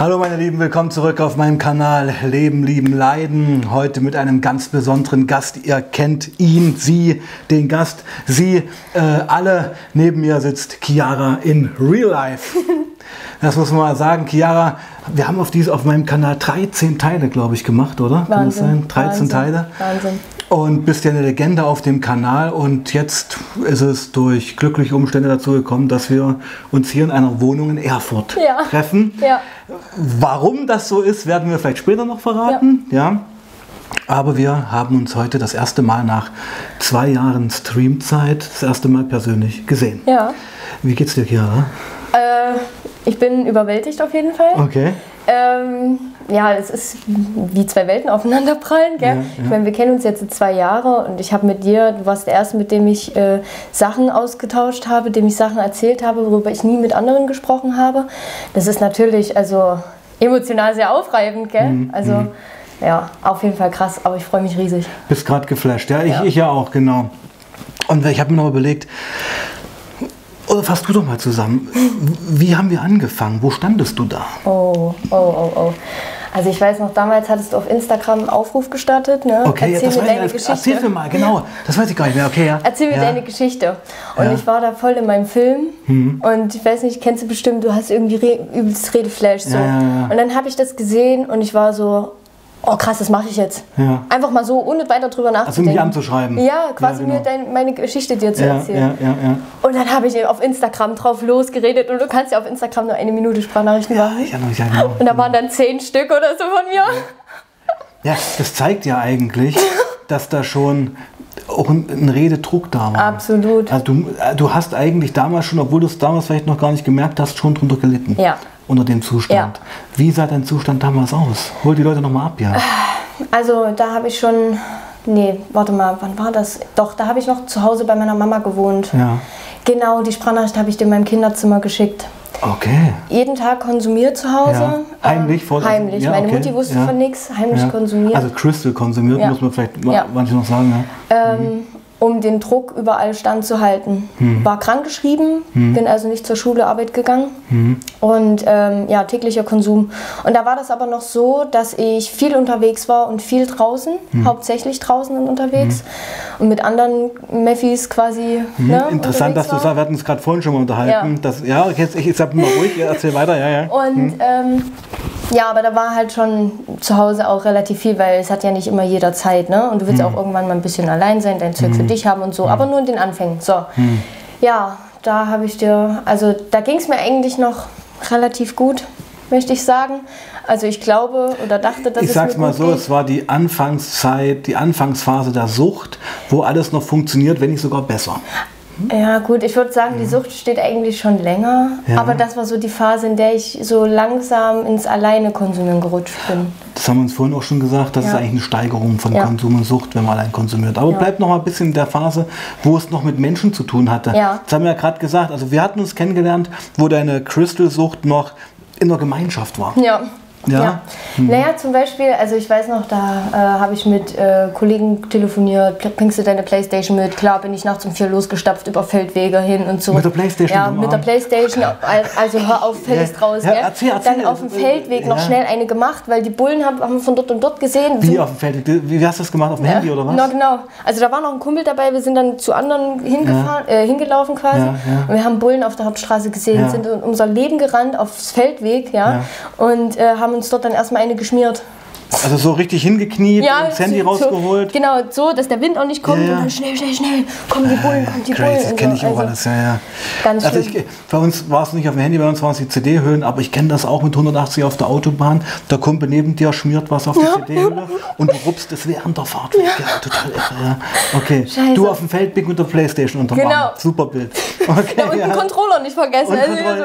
Hallo meine Lieben, willkommen zurück auf meinem Kanal Leben, Lieben, Leiden. Heute mit einem ganz besonderen Gast. Ihr kennt ihn, sie, den Gast, sie, alle. Neben mir sitzt Chiara in Real Life. Das muss man mal sagen. Chiara, wir haben auf meinem Kanal 13 Teile, glaube ich, gemacht, oder? Wahnsinn, kann das sein? 13 Wahnsinn, Teile. Wahnsinn. Und bist ja eine Legende auf dem Kanal und jetzt ist es durch glückliche Umstände dazu gekommen, dass wir uns hier in einer Wohnung in Erfurt treffen. Ja. Warum das so ist, werden wir vielleicht später noch verraten. Ja. Aber wir haben uns heute das erste Mal nach 2 Jahren Streamzeit das erste Mal persönlich gesehen. Ja. Wie geht's dir, Chiara? Ich bin überwältigt auf jeden Fall. Okay. Ja, es ist wie 2 Welten aufeinanderprallen, gell? Ja. Ich meine, wir kennen uns jetzt 2 Jahre und ich habe mit dir, du warst der Erste, mit dem ich Sachen ausgetauscht habe, dem ich Sachen erzählt habe, worüber ich nie mit anderen gesprochen habe. Das ist natürlich also emotional sehr aufreibend, gell? Ja, auf jeden Fall krass, aber ich freue mich riesig. Bist gerade geflasht, ja? Ich ja auch, genau. Und ich habe mir noch überlegt, oder fass du doch mal zusammen. Wie haben wir angefangen? Wo standest du da? Oh. Also ich weiß noch, damals hattest du auf Instagram einen Aufruf gestartet, ne? Okay, Erzähl mir deine Geschichte. Erzähl mir mal, genau. Das weiß ich gar nicht mehr. Okay, ja. Erzähl mir deine Geschichte. Und ich war da voll in meinem Film. Und ich weiß nicht, kennst du bestimmt, du hast irgendwie übelst Redeflash. So. Ja. Und dann habe ich das gesehen und ich war so, oh krass, das mache ich jetzt. Ja. Einfach mal so, ohne weiter drüber nachzudenken. Also mich anzuschreiben. Ja, quasi genau. mir meine Geschichte dir zu erzählen. Ja. Und dann habe ich auf Instagram drauf losgeredet und du kannst ja auf Instagram nur 1 Minute Sprachnachrichten machen. Ja, genau. Und da waren dann 10 Stück oder so von mir. Ja, das zeigt ja eigentlich, dass da schon auch ein Rededruck da war. Absolut. Also du hast eigentlich damals schon, obwohl du es damals vielleicht noch gar nicht gemerkt hast, schon drunter gelitten. Ja. Unter dem Zustand. Ja. Wie sah dein Zustand damals aus? Hol die Leute nochmal ab, ja. Also da habe ich schon, nee, warte mal, wann war das? Doch, da habe ich noch zu Hause bei meiner Mama gewohnt. Ja. Genau, die Sprachnachricht habe ich dir in meinem Kinderzimmer geschickt. Okay. Jeden Tag konsumiert zu Hause. Ja. Heimlich? Heimlich. Ja, Meine Mutti wusste von nichts. Heimlich konsumiert. Also Crystal konsumiert, muss man vielleicht manche noch sagen. Ja. Um den Druck überall standzuhalten. War krankgeschrieben, bin also nicht zur Schule, Arbeit gegangen. Und täglicher Konsum. Und da war das aber noch so, dass ich viel unterwegs war und viel draußen, hauptsächlich draußen und unterwegs. Und mit anderen Meffis quasi. Interessant, dass du sagst, wir hatten uns gerade vorhin schon mal unterhalten. Ich sag mal ruhig, erzähl weiter. Ja. Und aber da war halt schon zu Hause auch relativ viel, weil es hat ja nicht immer jeder Zeit, ne? Und du willst auch irgendwann mal ein bisschen allein sein, dein Zeug für dich haben und so, aber nur in den Anfängen. So, ja, da habe ich dir, also da ging es mir eigentlich noch relativ gut, möchte ich sagen. Also ich glaube oder dachte, dass ich sag's mal so, es war die Anfangszeit, die Anfangsphase der Sucht, wo alles noch funktioniert, wenn nicht sogar besser. Ja gut, ich würde sagen, die Sucht steht eigentlich schon länger, aber das war so die Phase, in der ich so langsam ins alleine Konsumieren gerutscht bin. Das haben wir uns vorhin auch schon gesagt, das ist eigentlich eine Steigerung von Konsum und Sucht, wenn man allein konsumiert. Aber bleibt noch mal ein bisschen in der Phase, wo es noch mit Menschen zu tun hatte. Ja. Das haben wir ja gerade gesagt, also wir hatten uns kennengelernt, wo deine Crystal-Sucht noch in der Gemeinschaft war. Ja. Naja, zum Beispiel, also ich weiß noch, da habe ich mit Kollegen telefoniert, bringst du deine Playstation mit? Klar, bin ich nachts um 4 losgestapft über Feldwege hin und so. Mit der Playstation? Ja, mit der Playstation, also hör auf, fällst raus. Erzähl. Dann auf dem Feldweg noch schnell eine gemacht, weil die Bullen haben von dort und dort gesehen. Wie auf dem Feldweg? Wie hast du das gemacht? Auf dem Handy oder was? Na, genau. Also da war noch ein Kumpel dabei, wir sind dann zu anderen hingelaufen quasi. Und wir haben Bullen auf der Hauptstraße gesehen, sind in unser Leben gerannt aufs Feldweg, und haben uns dort dann erstmal eine geschmiert. Also so richtig hingekniet, das Handy rausgeholt. So, genau, so, dass der Wind auch nicht kommt und dann schnell, kommen die Bullen, Das kenne ich auch alles, Ganz also schlimm. bei uns war es nicht auf dem Handy, bei uns waren es die CD-Hüllen, aber ich kenne das auch mit 180 auf der Autobahn. Der Kumpel neben dir schmiert was auf die CD-Hülle und du rupst es während der Fahrt weg. Ja, total irre. Okay, Scheiße. Du auf dem Feldweg mit der Playstation unterm Arm. Super Bild. Okay, und den Controller nicht vergessen.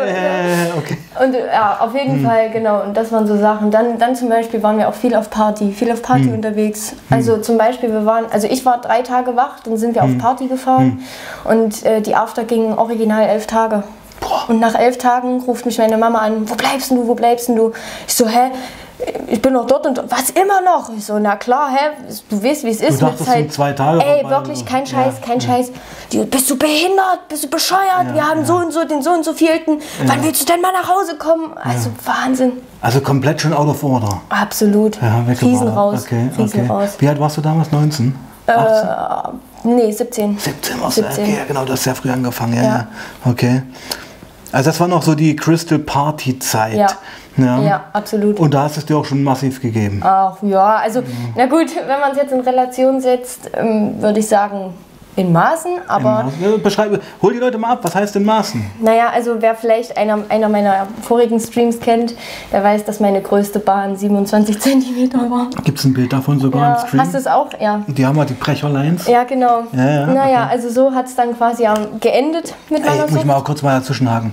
Okay. Und auf jeden Fall, genau. Und das waren so Sachen. Dann zum Beispiel waren wir auch viel auf Party unterwegs. Also zum Beispiel, ich war 3 Tage wach, dann sind wir auf Party gefahren und die After ging original 11 Tage. Boah. Und nach 11 Tagen ruft mich meine Mama an, wo bleibst denn du? Ich so, ich bin noch dort und dort. Was, immer noch? Ich so, na klar, du weißt, wie es ist. Du dachtest, mit Zeit. sind 2 Tage Ey, vorbei, wirklich, oder? kein Scheiß, kein Scheiß. Bist du behindert? Bist du bescheuert? Wir haben so und so, den so und so vielten. Wann willst du denn mal nach Hause kommen? Also Wahnsinn. Also komplett schon out of order. Absolut. Ja, Riesen raus. Riesen raus. Wie alt warst du damals? 19? 18? Nee, 17. 17 warst du, okay, ja, genau, du hast sehr früh angefangen, ja. Okay. Also das war noch so die Crystal Party Zeit. Ja, absolut. Und da hast es dir auch schon massiv gegeben. Ach ja, also na gut, wenn man es jetzt in Relation setzt, würde ich sagen in Maßen, aber... Hol die Leute mal ab, was heißt in Maßen? Naja, also wer vielleicht einer meiner vorigen Streams kennt, der weiß, dass meine größte Bahn 27 cm war. Gibt es ein Bild davon sogar im Stream? Hast du es auch? Ja. Die haben halt die Brecherlines. Ja, genau. Naja, okay. Also so hat es dann quasi geendet mit meiner Sucht. Muss ich mal kurz dazwischenhaken.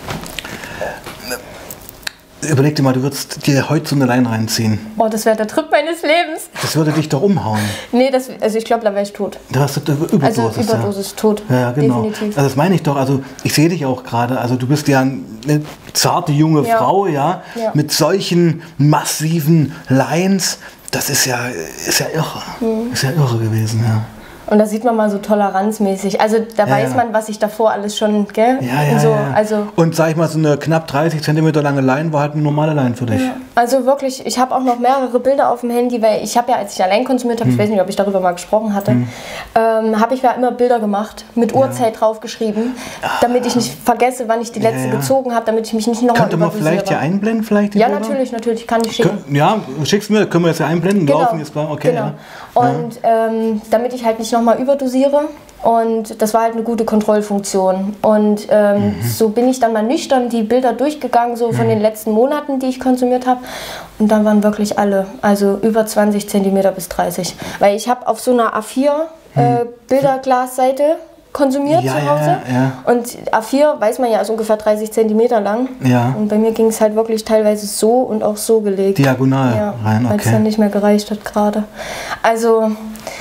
Überleg dir mal, du würdest dir heute so eine Line reinziehen. Oh, das wäre der Trip meines Lebens. Das würde dich doch umhauen. Nee, also ich glaube, da wäre ich tot. Da warst du Überdosis. Also Überdosis, tot. Ja, genau. Definitiv. Also das meine ich doch. Also ich sehe dich auch gerade. Also du bist ja eine zarte junge Frau, mit solchen massiven Lines. Das ist ja irre. Ist ja irre gewesen, ja. Und da sieht man mal so toleranzmäßig. Also da weiß man, was ich davor alles schon, gell? Also und sag ich mal, so eine knapp 30 cm lange Line war halt eine normale Line für dich. Ja. Also wirklich, ich habe auch noch mehrere Bilder auf dem Handy, weil ich habe ja, als ich allein konsumiert habe, ich weiß nicht, ob ich darüber mal gesprochen hatte, habe ich ja immer Bilder gemacht, mit Uhrzeit draufgeschrieben, damit ich nicht vergesse, wann ich die letzte gezogen habe, damit ich mich nicht nochmal überdosiere. Könnte man vielleicht ja einblenden, vielleicht? Ja, natürlich, kann ich schicken. Ja, schick's mir, können wir jetzt ja einblenden, genau. Laufen ist klar, okay. Genau. Und damit ich halt nicht nochmal überdosiere. Und das war halt eine gute Kontrollfunktion. Und so bin ich dann mal nüchtern die Bilder durchgegangen, so von den letzten Monaten, die ich konsumiert habe. Und dann waren wirklich alle, also über 20 cm bis 30. Weil ich habe auf so einer A4 Bilderglasseite konsumiert zu Hause. Und A4, weiß man ja, ist ungefähr 30 cm lang. Ja. Und bei mir ging es halt wirklich teilweise so und auch so gelegt. Diagonal rein, okay. Weil es dann nicht mehr gereicht hat gerade. Also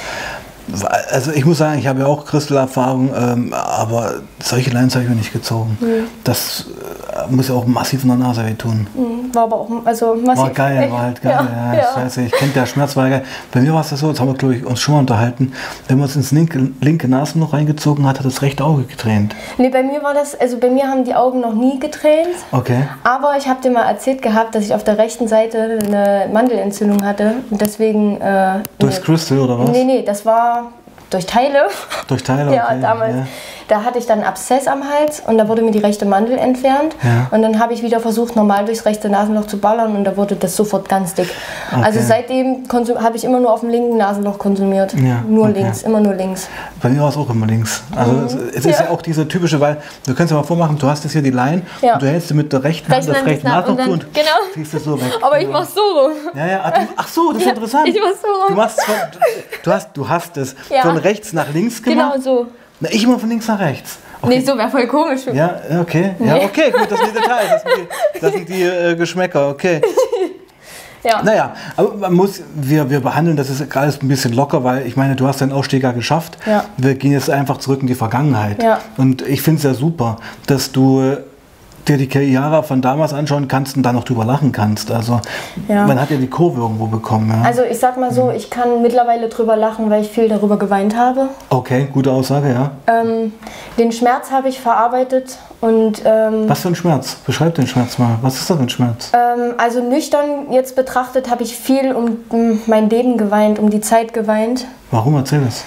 ich muss sagen, ich habe ja auch Crystal-Erfahrung, aber solche Lines habe ich mir nicht gezogen. Das muss ja auch massiv in der Nase wehtun. War aber auch massiv. War geil, war halt geil. Scheiße, ich kenne der Schmerz, war geil. Bei mir war es das so, das haben wir, glaube ich, uns schon mal unterhalten, wenn man es ins linke Nasenloch reingezogen hat, hat das rechte Auge getränt. Nee, bei mir war das, also bei mir haben die Augen noch nie getränt. Okay. Aber ich habe dir mal erzählt gehabt, dass ich auf der rechten Seite eine Mandelentzündung hatte und deswegen... Durchs Crystal oder was? Nee, das war durch Teile. Durch Teile? Ja, okay. Damals. Ja. Da hatte ich dann einen Abszess am Hals und da wurde mir die rechte Mandel entfernt. Ja. Und dann habe ich wieder versucht, normal durchs rechte Nasenloch zu ballern und da wurde das sofort ganz dick. Okay. Also seitdem habe ich immer nur auf dem linken Nasenloch konsumiert. Ja. Nur links, immer nur links. Bei mir war es auch immer links. Also es ist ja auch diese typische, weil du kannst dir mal vormachen, du hast jetzt hier die Line und du hältst sie mit der rechten Hand das rechte Nasenloch zu und ziehst es so weg. Aber ich mach so rum. Ach so, das ist interessant. Ich mach so rum. Du hast es von rechts nach links gemacht? Genau so. Na, ich immer von links nach rechts. Okay. Nee, so wäre voll komisch. Ja, okay. Nee. Ja, okay, gut, das sind die Details, das sind die Geschmäcker, okay. Ja. Naja, aber wir behandeln das ist alles ein bisschen locker, weil ich meine, du hast deinen Ausstieg ja geschafft. Ja. Wir gehen jetzt einfach zurück in die Vergangenheit. Ja. Und ich finde es ja super, dass du dir die Chiara von damals anschauen kannst und dann noch drüber lachen kannst. Also man hat ja die Kurve irgendwo bekommen. Ja. Also ich sag mal so, ich kann mittlerweile drüber lachen, weil ich viel darüber geweint habe. Okay, gute Aussage, ja. Den Schmerz habe ich verarbeitet und... Was für ein Schmerz? Beschreib den Schmerz mal. Was ist das für ein Schmerz? Also nüchtern jetzt betrachtet habe ich viel um mein Leben geweint, um die Zeit geweint. Warum? Erzähl das.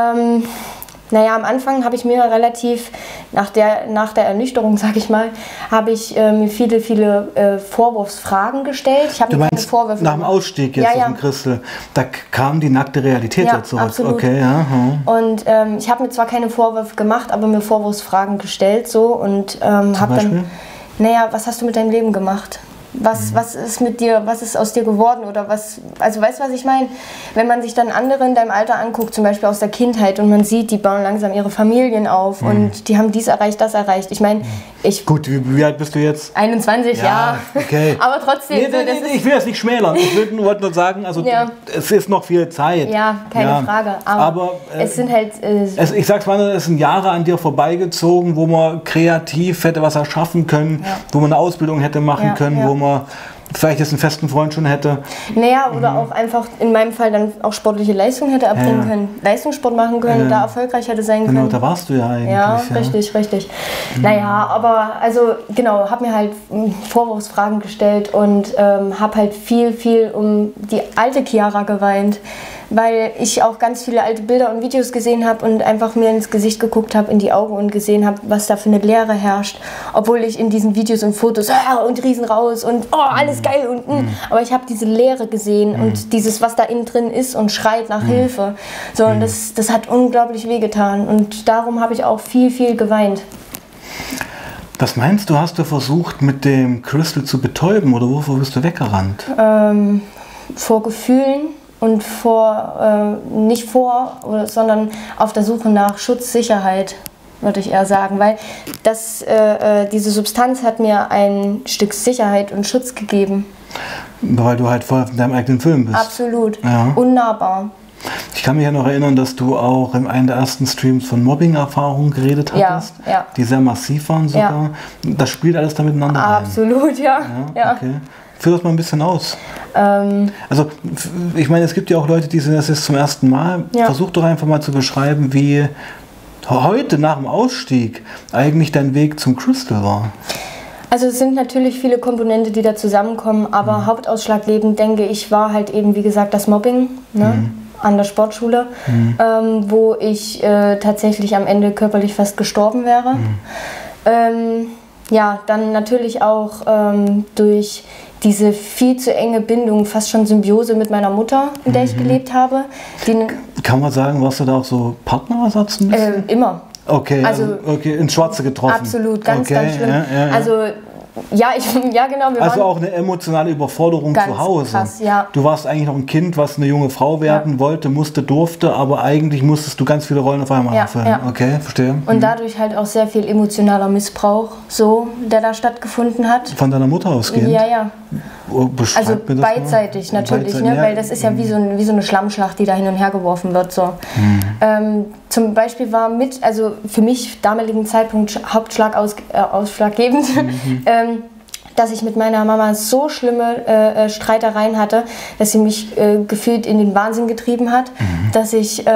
Naja, am Anfang habe ich mir relativ, nach der Ernüchterung, sag ich mal, habe ich mir viele Vorwurfsfragen gestellt. Ich habe mir keine Vorwürfe nach dem Ausstieg jetzt aus dem Crystal, da kam die nackte Realität dazu. Absolut. Okay, ja. Und ich habe mir zwar keine Vorwürfe gemacht, aber mir Vorwurfsfragen gestellt so und habe dann, naja, was hast du mit deinem Leben gemacht? Was ist mit dir, was ist aus dir geworden oder was, also weißt du, was ich meine? Wenn man sich dann andere in deinem Alter anguckt, zum Beispiel aus der Kindheit und man sieht, die bauen langsam ihre Familien auf und die haben dies erreicht, das erreicht. Ich meine, Gut, wie alt bist du jetzt? 21, ja. Okay. Aber trotzdem. Ich will das nicht schmälern. Ich wollte nur sagen, also es ist noch viel Zeit. Ja, keine Frage. Aber es sind halt... ich sag's mal, es sind Jahre an dir vorbeigezogen, wo man kreativ hätte was erschaffen können, wo man eine Ausbildung hätte machen können, wo man vielleicht jetzt einen festen Freund schon hätte. Naja, oder auch einfach in meinem Fall dann auch sportliche Leistung hätte erbringen können, Leistungssport machen können, da erfolgreich hätte sein können. Genau, da warst du ja eigentlich. Ja, richtig. Naja, aber also genau, habe mir halt Vorwurfsfragen gestellt und habe halt viel um die alte Chiara geweint, weil ich auch ganz viele alte Bilder und Videos gesehen habe und einfach mir ins Gesicht geguckt habe, in die Augen und gesehen habe, was da für eine Leere herrscht. Obwohl ich in diesen Videos und Fotos und Riesen raus und alles geil aber ich habe diese Leere gesehen und dieses, was da innen drin ist und schreit nach Hilfe. So, und das hat unglaublich wehgetan und darum habe ich auch viel geweint. Was meinst du, hast du versucht, mit dem Crystal zu betäuben oder wovor bist du weggerannt? Vor Gefühlen. Und sondern auf der Suche nach Schutz, Sicherheit, würde ich eher sagen. Weil diese Substanz hat mir ein Stück Sicherheit und Schutz gegeben. Weil du halt voll in deinem eigenen Film bist. Absolut. Ja. Unnahbar. Ich kann mich ja noch erinnern, dass du auch in einem der ersten Streams von Mobbing-Erfahrungen geredet hattest, die sehr massiv waren sogar. Ja. Das spielt alles da miteinander rein. Absolut, ja. Okay. Führ das mal ein bisschen aus. Also, ich meine, es gibt ja auch Leute, die sehen das jetzt zum ersten Mal. Ja. Versuch doch einfach mal zu beschreiben, wie heute nach dem Ausstieg eigentlich dein Weg zum Crystal war. Also es sind natürlich viele Komponenten, die da zusammenkommen, aber hauptausschlaggebend, denke ich, war halt eben, wie gesagt, das Mobbing an der Sportschule, wo ich tatsächlich am Ende körperlich fast gestorben wäre. Ja, dann natürlich auch durch diese viel zu enge Bindung, fast schon Symbiose mit meiner Mutter, in der ich gelebt habe. Kann man sagen, warst du da auch so Partnerersatz ein bisschen? Immer. Okay, also ins Schwarze getroffen. Absolut, ganz schlimm. Ja. Also ja, genau. Also auch eine emotionale Überforderung zu Hause. Krass, ja. Du warst eigentlich noch ein Kind, was eine junge Frau werden wollte, durfte, aber eigentlich musstest du ganz viele Rollen auf einmal erfüllen. Ja. Okay, verstehe. Und dadurch halt auch sehr viel emotionaler Missbrauch, der da stattgefunden hat. Von deiner Mutter ausgehend? Ja. Beschreib also mir das beidseitig mal. natürlich, ne? Weil das ist ja wie so eine Schlammschlacht, die da hin und her geworfen wird. So. Zum Beispiel war für mich damaligen Zeitpunkt ausschlaggebend, dass ich mit meiner Mama so schlimme Streitereien hatte, dass sie mich gefühlt in den Wahnsinn getrieben hat, dass ich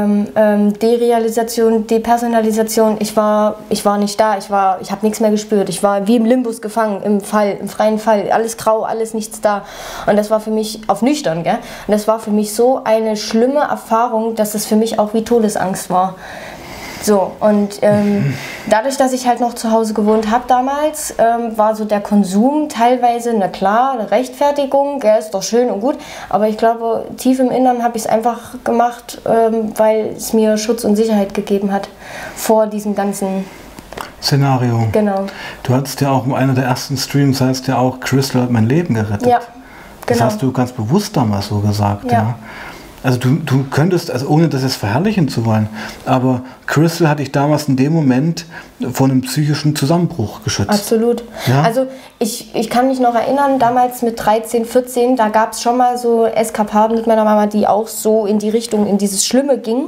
Derealisation, Depersonalisation, ich war nicht da, ich habe nichts mehr gespürt, ich war wie im Limbus gefangen, im freien Fall, alles grau, alles nichts da. Und das war für mich auf nüchtern, gell? Und das war für mich so eine schlimme Erfahrung, dass das für mich auch wie Todesangst war. So, und dadurch, dass ich halt noch zu Hause gewohnt habe damals, war so der Konsum teilweise, na klar, eine Rechtfertigung, gell, ist doch schön und gut, aber ich glaube, tief im Innern habe ich es einfach gemacht, weil es mir Schutz und Sicherheit gegeben hat vor diesem ganzen Szenario. Genau. Du hattest ja auch in einer der ersten Streams, heißt ja auch, Crystal hat mein Leben gerettet. Ja, genau. Das hast du ganz bewusst damals so gesagt, ja. Also du könntest, also ohne das jetzt verherrlichen zu wollen, aber Crystal hat dich damals in dem Moment vor einem psychischen Zusammenbruch geschützt. Absolut. Ja? Also ich kann mich noch erinnern, damals mit 13, 14, da gab es schon mal so Eskapaden mit meiner Mama, die auch so in die Richtung, in dieses Schlimme ging,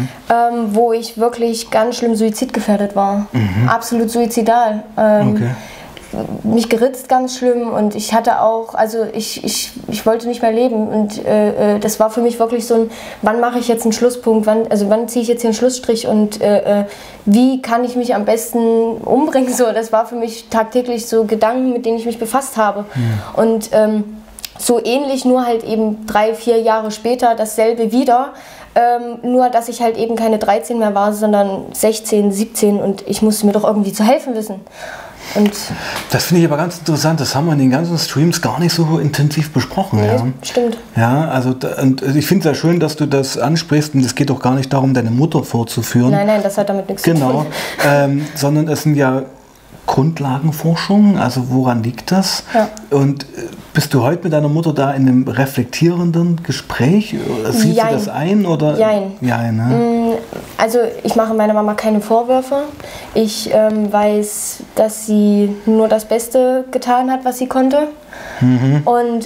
wo ich wirklich ganz schlimm suizidgefährdet war. Absolut suizidal. Okay. Mich geritzt ganz schlimm und ich hatte auch, also ich wollte nicht mehr leben und das war für mich wirklich so ein, wann mache ich jetzt einen Schlusspunkt, wann ziehe ich jetzt hier einen Schlussstrich und wie kann ich mich am besten umbringen, so, das war für mich tagtäglich so Gedanken, mit denen ich mich befasst habe und so ähnlich, nur halt eben 3, 4 Jahre später dasselbe wieder, nur dass ich halt eben keine 13 mehr war, sondern 16, 17 und ich musste mir doch irgendwie zu helfen wissen. Und das finde ich aber ganz interessant, das haben wir in den ganzen Streams gar nicht so intensiv besprochen. Nee, stimmt. Ja, also und ich finde es sehr schön, dass du das ansprichst und es geht doch gar nicht darum, deine Mutter vorzuführen. Nein, das hat damit nichts zu tun. Genau, sondern es sind ja Grundlagenforschung, also woran liegt das? Ja. Und bist du heute mit deiner Mutter da in einem reflektierenden Gespräch? Sieht sie das ein? Oder? Jein. Ne? Also ich mache meiner Mama keine Vorwürfe. Ich weiß, dass sie nur das Beste getan hat, was sie konnte. Und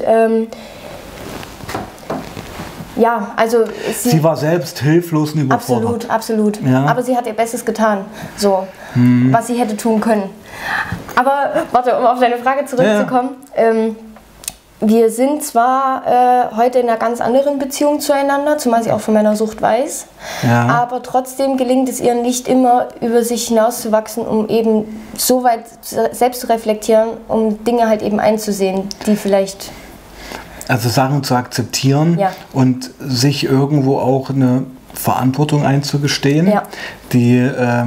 ja, also sie war selbst hilflos und überfordert. Absolut. Ja. Aber sie hat ihr Bestes getan, so, was sie hätte tun können. Aber warte, um auf deine Frage zurückzukommen. wir sind zwar heute in einer ganz anderen Beziehung zueinander, zumal sie auch von meiner Sucht weiß, aber trotzdem gelingt es ihr nicht immer, über sich hinauszuwachsen, um eben so weit selbst zu reflektieren, um Dinge halt eben einzusehen, die vielleicht... Also Sachen zu akzeptieren und sich irgendwo auch eine Verantwortung einzugestehen, die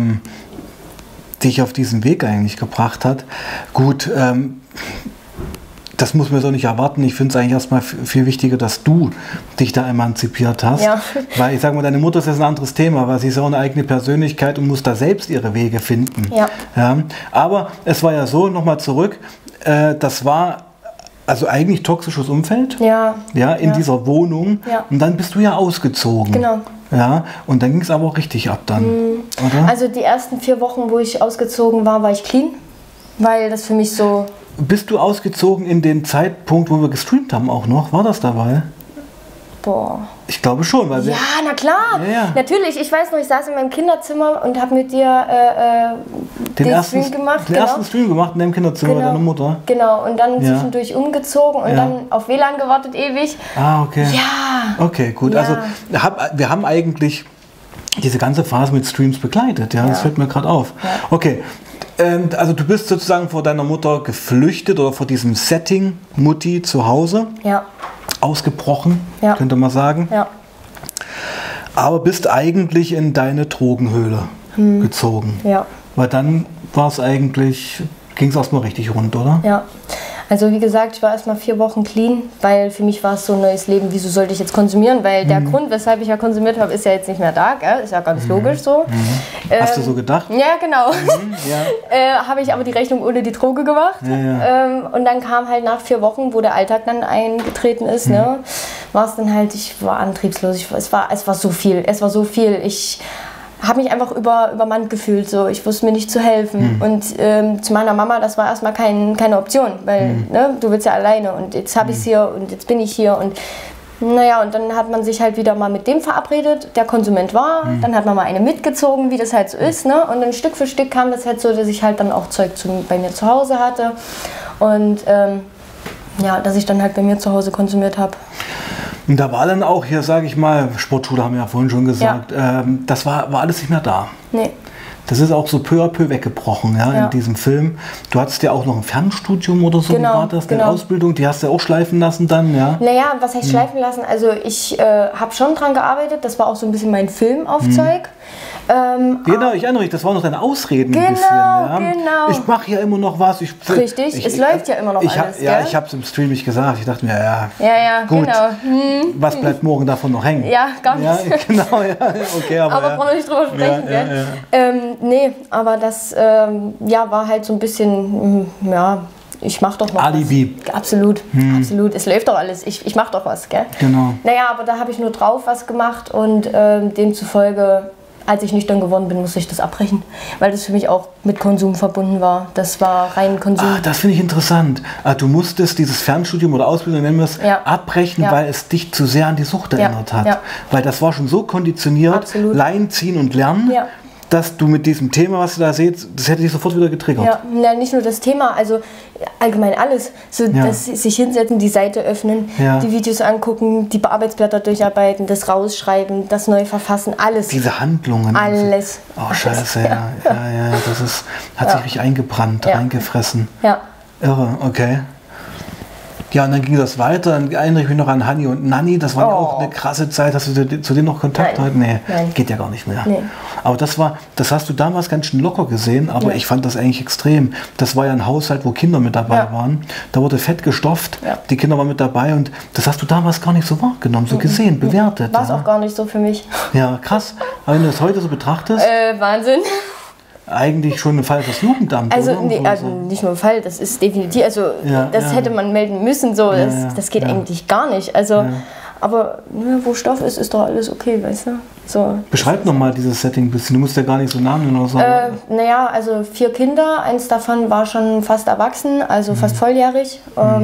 dich auf diesen Weg eigentlich gebracht hat. Gut, das muss man so nicht erwarten. Ich finde es eigentlich erstmal viel wichtiger, dass du dich da emanzipiert hast. Ja. Weil ich sage mal, deine Mutter ist jetzt ein anderes Thema, weil sie ist auch eine eigene Persönlichkeit und muss da selbst ihre Wege finden. Ja. Ja. Aber es war ja so, nochmal zurück, das war also eigentlich toxisches Umfeld in dieser Wohnung. Ja. Und dann bist du ja ausgezogen. Genau. Ja, und dann ging es aber auch richtig ab dann, oder? Also die ersten 4 Wochen, wo ich ausgezogen war, war ich clean, weil das für mich so... Bist du ausgezogen in den Zeitpunkt, wo wir gestreamt haben auch noch? War das dabei? Boah. Ich glaube schon. Weil ja, na klar. Ja. Natürlich. Ich weiß noch, ich saß in meinem Kinderzimmer und habe mit dir den ersten Stream gemacht in deinem Kinderzimmer deiner Mutter. Genau. Und dann zwischendurch umgezogen und dann auf WLAN gewartet ewig. Ah, okay. Ja. Okay, gut. Ja. Also wir haben eigentlich diese ganze Phase mit Streams begleitet. Ja, das fällt mir gerade auf. Ja. Okay. Also du bist sozusagen vor deiner Mutter geflüchtet oder vor diesem Setting Mutti zu Hause ausgebrochen, könnte man sagen. Ja. Aber bist eigentlich in deine Drogenhöhle gezogen. Ja. Weil dann war es eigentlich, ging es erstmal richtig rund, oder? Ja. Also wie gesagt, ich war erstmal 4 Wochen clean, weil für mich war es so ein neues Leben, wieso sollte ich jetzt konsumieren? Weil der Grund, weshalb ich ja konsumiert habe, ist ja jetzt nicht mehr da, gell? Ist ja ganz logisch so. Hast du so gedacht? Ja, genau. Habe ich aber die Rechnung ohne die Droge gemacht. Und dann kam halt nach 4 Wochen, wo der Alltag dann eingetreten ist, ne, war es dann halt, ich war antriebslos, es war so viel, Ich habe mich einfach übermannt gefühlt, so. Ich wusste mir nicht zu helfen. Und zu meiner Mama, das war erstmal keine Option, weil ne, du willst ja alleine und jetzt habe ich es hier und jetzt bin ich hier und naja, und dann hat man sich halt wieder mal mit dem verabredet, der Konsument war, dann hat man mal eine mitgezogen, wie das halt so ist, ne? Und dann Stück für Stück kam das halt so, dass ich halt dann auch Zeug bei mir zu Hause hatte und dass ich dann halt bei mir zu Hause konsumiert habe. Und da war dann auch hier, sage ich mal, Sportschule haben wir ja vorhin schon gesagt, das war alles nicht mehr da. Nee. Das ist auch so peu à peu weggebrochen, in diesem Film. Du hattest ja auch noch ein Fernstudium oder so, genau, wie war das, eine Ausbildung, die hast du ja auch schleifen lassen dann, ja? Naja, was heißt schleifen lassen? Also ich habe schon dran gearbeitet, das war auch so ein bisschen mein Filmaufzeug. Genau, ich erinnere mich, das waren noch deine Ausreden ein bisschen. Ja? Genau. Ich mache ja immer noch was. Richtig, es läuft ja immer noch alles. Ja, ich habe es im Stream nicht gesagt. Ich dachte mir, gut, genau. Was bleibt morgen davon noch hängen? Ja, gar nichts. Ja, genau, okay, aber brauchen wir nicht drüber sprechen, gell? Nee, aber das war halt so ein bisschen, ich mach doch noch Alibi. Was. Absolut, absolut. Es läuft doch alles. Ich mach doch was, gell? Genau. Naja, aber da habe ich nur drauf was gemacht und demzufolge, als ich nüchtern geworden bin, musste ich das abbrechen, weil das für mich auch mit Konsum verbunden war. Das war rein Konsum. Das finde ich interessant. Du musstest dieses Fernstudium oder Ausbildung, nennen wir es, abbrechen, weil es dich zu sehr an die Sucht erinnert hat. Ja. Weil das war schon so konditioniert, absolut. Leihen, ziehen und lernen. Ja. Dass du mit diesem Thema, was du da siehst, das hätte dich sofort wieder getriggert. Ja, nicht nur das Thema, also allgemein alles. So, das sich hinsetzen, die Seite öffnen, die Videos angucken, die Arbeitsblätter durcharbeiten, das Rausschreiben, das neu verfassen, alles. Diese Handlungen. Alles. Oh, scheiße, ja, das hat sich richtig eingebrannt, reingefressen. Ja. Irre, okay. Ja, und dann ging das weiter, dann erinnere ich mich noch an Hanni und Nanni, das war ja auch eine krasse Zeit, hast du zu denen noch Kontakt hatten? Nee, geht ja gar nicht mehr. Nee. Aber das hast du damals ganz schön locker gesehen, aber ich fand das eigentlich extrem. Das war ja ein Haushalt, wo Kinder mit dabei waren, da wurde fett gestofft, die Kinder waren mit dabei und das hast du damals gar nicht so wahrgenommen, so gesehen, bewertet. War es auch gar nicht so für mich. Ja, krass. Aber wenn du das heute so betrachtest... Wahnsinn. Eigentlich schon ein Fall fürs Jugendamt, also, oder? Nee, also nicht nur ein Fall, das ist definitiv, also das hätte man melden müssen, so, das geht eigentlich gar nicht. Also, aber wo Stoff ist, ist doch alles okay, weißt du? So. Beschreib nochmal dieses Setting ein bisschen, du musst ja gar nicht so Namen nennen oder so. Naja, also 4 Kinder, eins davon war schon fast erwachsen, also fast volljährig.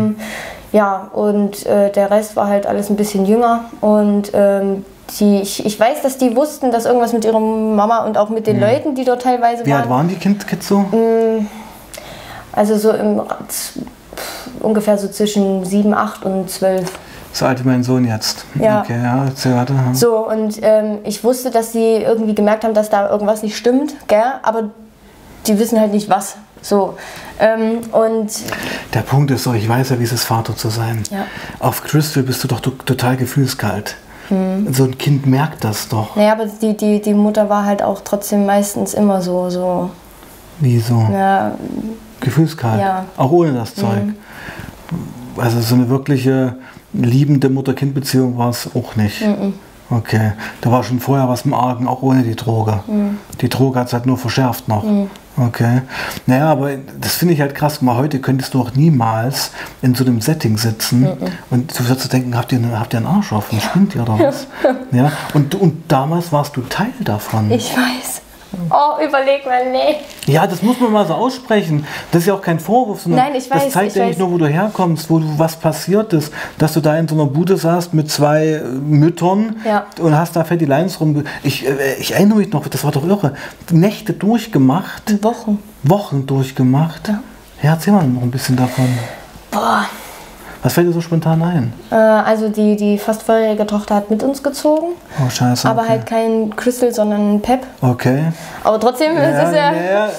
Und der Rest war halt alles ein bisschen jünger und ich weiß, dass die wussten, dass irgendwas mit ihrer Mama und auch mit den Leuten, die dort teilweise waren. Wie alt waren die Kids so? Also so im ungefähr so zwischen 7, 8 und 12. So alt wie mein Sohn jetzt. Ja. Okay, ja, erzähl weiter. So, und ich wusste, dass sie irgendwie gemerkt haben, dass da irgendwas nicht stimmt, gell? Aber die wissen halt nicht was. So, und der Punkt ist so, ich weiß ja, wie es ist, Vater zu sein. Ja. Auf Crystal bist du doch total gefühlskalt. So ein Kind merkt das doch. naja, aber die Mutter war halt auch trotzdem meistens immer so. Wieso? Ja, Gefühlskalt. Ja. Auch ohne das Zeug. Also so eine wirkliche liebende Mutter-Kind-Beziehung war es auch nicht. Okay. Da war schon vorher was im Argen, auch ohne die Droge. Die Droge hat es halt nur verschärft noch. Okay. Naja, aber das finde ich halt krass. Mal heute könntest du auch niemals in so einem Setting sitzen und du würdest denken, habt ihr einen Arsch offen? Spinnt ihr oder was? Ja. Und damals warst du Teil davon. ich weiß. Oh, überleg mal, nee. Ja, das muss man mal so aussprechen. Das ist ja auch kein Vorwurf, sondern Nein, ich weiß, das zeigt ich eigentlich weiß. nur, wo du herkommst, was passiert ist. Dass du da in so einer Bude saßt mit 2 Müttern Ja. und hast da Fatty Lines rum. Ich erinnere mich noch, das war doch irre. Nächte durchgemacht, Wochen durchgemacht. Ja, erzähl mal noch ein bisschen davon. Boah. Was fällt dir so spontan ein? Also die fast volljährige Tochter hat mit uns gezogen. Oh, scheiße. Aber okay. halt kein Crystal, sondern ein Pep. Okay. Aber trotzdem ist es ja.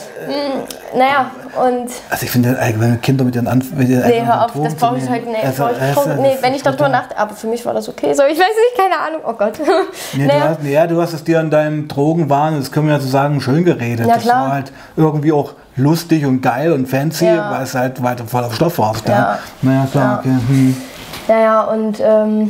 Naja, und. Also ich finde, wenn Kinder mit ihren Nee, hör auf, das brauche ich heute nicht. Wenn ich darüber nachdenke, aber für mich war das okay. So, ich weiß nicht, keine Ahnung, oh Gott. Du hast es dir in deinem Drogenwahn, das können wir ja so sagen, schön geredet. Ja, das klar. war halt irgendwie auch lustig und geil und fancy, weil es halt weiter voll auf Stoff warst. Ja. Naja, klar, okay. Naja, und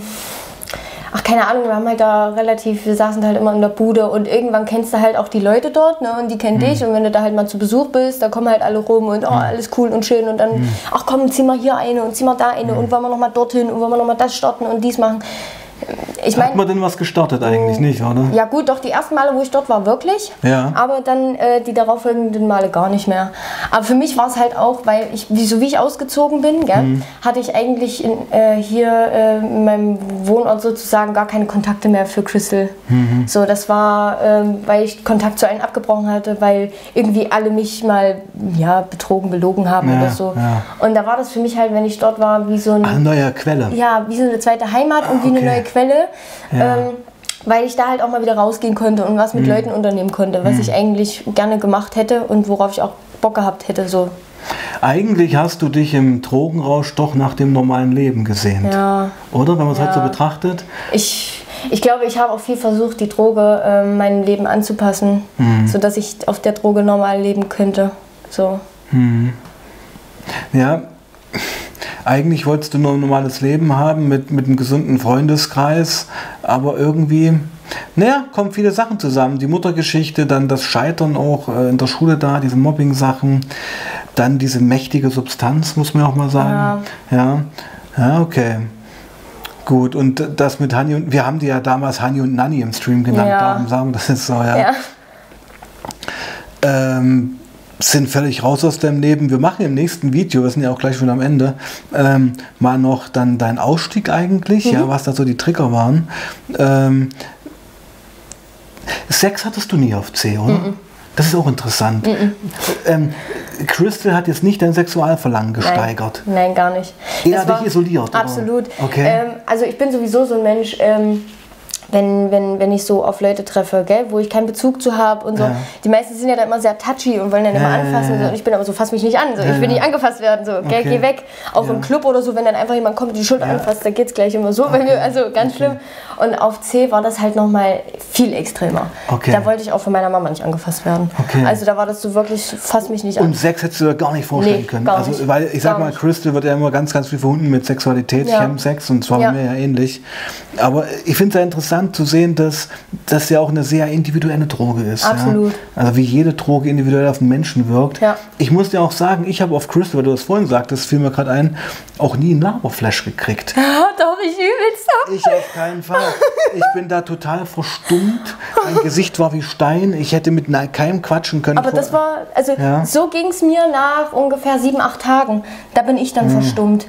ach, keine Ahnung, wir saßen halt immer in der Bude und irgendwann kennst du halt auch die Leute dort, ne, und die kennen dich, und wenn du da halt mal zu Besuch bist, da kommen halt alle rum und alles cool und schön und dann, ach komm, zieh mal hier eine und zieh mal da eine und wollen wir noch mal dorthin und wollen wir noch mal das starten und dies machen. Hat man denn was gestartet eigentlich nicht, oder? Ja gut, doch die ersten Male, wo ich dort war, wirklich. Ja. Aber dann die darauffolgenden Male gar nicht mehr. Aber für mich war es halt auch, weil wie ich ausgezogen bin, gell, hatte ich eigentlich hier in meinem Wohnort sozusagen gar keine Kontakte mehr für Crystal. So, das war, weil ich Kontakt zu allen abgebrochen hatte, weil irgendwie alle mich mal betrogen, belogen haben oder so. Ja. Und da war das für mich halt, wenn ich dort war, wie so eine neue Quelle. Ja, wie so eine zweite Heimat und wie eine neue Quelle. Ja. Weil ich da halt auch mal wieder rausgehen konnte und was mit Leuten unternehmen konnte, was ich eigentlich gerne gemacht hätte und worauf ich auch Bock gehabt hätte. So. Eigentlich hast du dich im Drogenrausch doch nach dem normalen Leben gesehnt. Ja. Oder, wenn man es halt so betrachtet? Ich glaube, ich habe auch viel versucht, die Droge meinem Leben anzupassen, sodass ich auf der Droge normal leben könnte. So. Ja. Eigentlich wolltest du nur ein normales Leben haben mit einem gesunden Freundeskreis, aber irgendwie, kommen viele Sachen zusammen. Die Muttergeschichte, dann das Scheitern auch in der Schule da, diese Mobbing-Sachen, dann diese mächtige Substanz, muss man auch mal sagen. Ja, okay. Gut, und das mit Hani und, wir haben die ja damals Hani und Nanni im Stream genannt, darum sagen wir das jetzt so, sind völlig raus aus deinem Leben. Wir machen im nächsten Video, wir sind ja auch gleich schon am Ende, mal noch dann deinen Ausstieg eigentlich, was da so die Trigger waren. Sex hattest du nie auf C, oder? Das ist auch interessant. Crystal hat jetzt nicht dein Sexualverlangen gesteigert. Nein, gar nicht. Eher dich isoliert. Absolut. Oder? Okay. Also ich bin sowieso so ein Mensch, wenn ich so auf Leute treffe, gell, wo ich keinen Bezug zu habe und so. Ja. Die meisten sind ja da immer sehr touchy und wollen dann immer anfassen. Und, so. Und ich bin aber so, fass mich nicht an. So. Ich will nicht angefasst werden. So. Gell, geh weg. Auch im Club oder so, wenn dann einfach jemand kommt und die Schulter anfasst, da geht es gleich immer so. Also ganz schlimm. Und auf C war das halt nochmal viel extremer. Da wollte ich auch von meiner Mama nicht angefasst werden. Also da war das so wirklich, fass mich nicht an. Und Sex hättest du dir gar nicht vorstellen können. Gar also, nicht. Weil ich sag mal, Crystal wird ja immer ganz, ganz viel verbunden mit Sexualität, Chemsex, und zwar mir ja ähnlich. Aber ich finde es sehr interessant zu sehen, dass das ja auch eine sehr individuelle Droge ist. Absolut. Ja? Also wie jede Droge individuell auf den Menschen wirkt. Ja. Ich muss dir auch sagen, ich habe auf Crystal, weil du das vorhin sagtest, fiel mir gerade ein, auch nie einen Laberflash gekriegt. Ja, doch, ich übelst. Ich auf keinen Fall. Ich bin da total verstummt. Mein Gesicht war wie Stein. Ich hätte mit keinem quatschen können. Aber das war, also so ging es mir nach ungefähr 7, 8 Tagen. Da bin ich dann verstummt.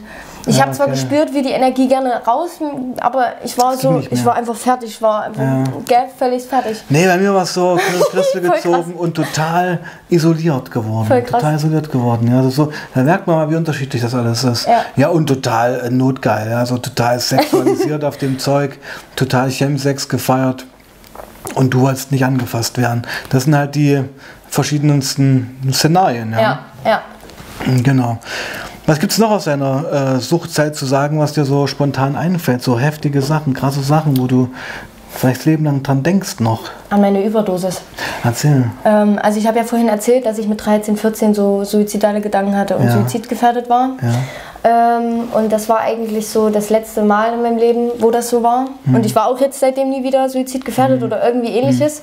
Ich habe zwar gespürt, wie die Energie gerne raus, aber ich war einfach fertig, ich war einfach völlig fertig. Nee, bei mir war es so, Christel gezogen und total isoliert geworden. Total isoliert geworden. Ja, also so, da merkt man mal, wie unterschiedlich das alles ist. Ja, und total notgeil, ja, so total sexualisiert auf dem Zeug, total Chemsex gefeiert und du wolltest nicht angefasst werden. Das sind halt die verschiedensten Szenarien. Ja. Genau. Was gibt es noch aus deiner Suchtzeit zu sagen, was dir so spontan einfällt? So heftige Sachen, krasse Sachen, wo du vielleicht das Leben lang dran denkst noch? An meine Überdosis. Erzähl. Also ich habe ja vorhin erzählt, dass ich mit 13, 14 so suizidale Gedanken hatte und suizidgefährdet war. Ja. Und das war eigentlich so das letzte Mal in meinem Leben, wo das so war. Und ich war auch jetzt seitdem nie wieder suizidgefährdet oder irgendwie ähnliches.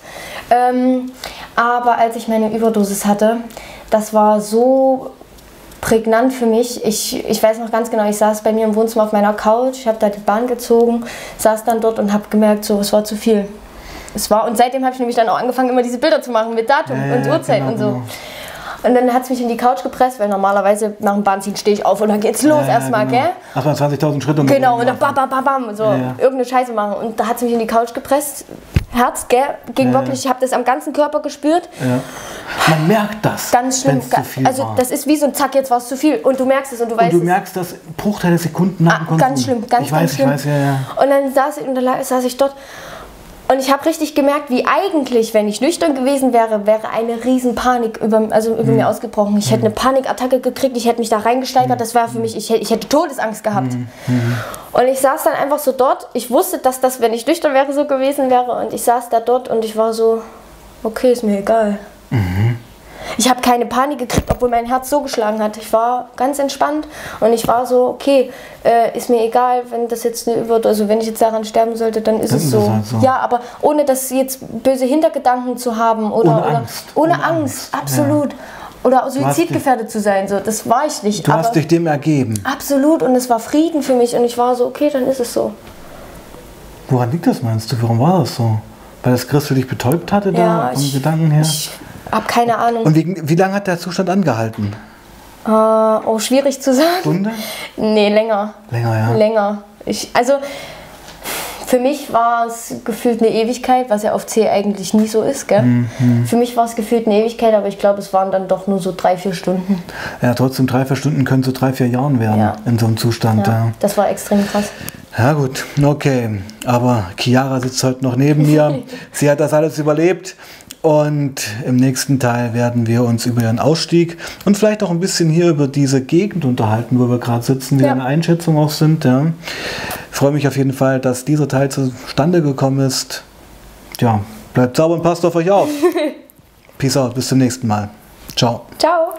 Aber als ich meine Überdosis hatte, das war so prägnant für mich. Ich weiß noch ganz genau, ich saß bei mir im Wohnzimmer auf meiner Couch, ich habe da die Bahn gezogen, saß dann dort und habe gemerkt, so, es war zu viel. Und seitdem habe ich nämlich dann auch angefangen, immer diese Bilder zu machen mit Datum und Uhrzeit und so. Genau. Und dann hat es mich in die Couch gepresst, weil normalerweise nach dem Bahnziehen stehe ich auf und dann geht's los erstmal, genau. gell? Erstmal 20.000 Schritte. Genau, und dann bam, so irgendeine Scheiße machen. Und da hat es mich in die Couch gepresst. Herz, gell? Ging wirklich, ich habe das am ganzen Körper gespürt. Ja. Man merkt das. Ganz schlimm. Also das ist wie so ein Zack, jetzt war es zu viel. Und du merkst es und du weißt es. Und du merkst das Bruchteile Sekunden nach dem Konsum. Ganz schlimm, ganz schlimm. Ich weiß, ja. Und dann saß ich dort. Und ich habe richtig gemerkt, wie eigentlich, wenn ich nüchtern gewesen wäre, wäre eine riesen Panik über mir ausgebrochen. Ich hätte eine Panikattacke gekriegt, ich hätte mich da reingesteigert. Das war für mich, ich hätte Todesangst gehabt. Und ich saß dann einfach so dort. Ich wusste, dass das, wenn ich nüchtern wäre, so gewesen wäre. Und ich saß da dort und ich war so, okay, ist mir egal. Ich habe keine Panik gekriegt, obwohl mein Herz so geschlagen hat. Ich war ganz entspannt und ich war so, okay, ist mir egal, wenn das jetzt also wenn ich jetzt daran sterben sollte, dann ist es so. Halt so. Ja, aber ohne das jetzt böse Hintergedanken zu haben oder ohne Angst, absolut. Ja. Oder suizidgefährdet zu sein, so, das war ich nicht. Du hast dich dem ergeben. Absolut, und es war Frieden für mich und ich war so, okay, dann ist es so. Woran liegt das, meinst du? Warum war das so? Weil das Christel dich betäubt hatte da vom Gedanken her? Ich habe keine Ahnung. Und wie lange hat der Zustand angehalten? Schwierig zu sagen. Stunde? Nee, länger. Länger, ja. Länger. Also für mich war es gefühlt eine Ewigkeit, was ja auf C eigentlich nie so ist, gell? Für mich war es gefühlt eine Ewigkeit, aber ich glaube, es waren dann doch nur so 3-4 Stunden. Ja, trotzdem 3-4 Stunden können so 3-4 Jahren werden in so einem Zustand. Ja, das war extrem krass. Ja gut, okay. Aber Chiara sitzt heute noch neben mir. Sie hat das alles überlebt. Und im nächsten Teil werden wir uns über ihren Ausstieg und vielleicht auch ein bisschen hier über diese Gegend unterhalten, wo wir gerade sitzen, wie eine Einschätzung auch sind. Ja. Ich freue mich auf jeden Fall, dass dieser Teil zustande gekommen ist. Ja, bleibt sauber und passt auf euch auf. Peace out, bis zum nächsten Mal. Ciao. Ciao.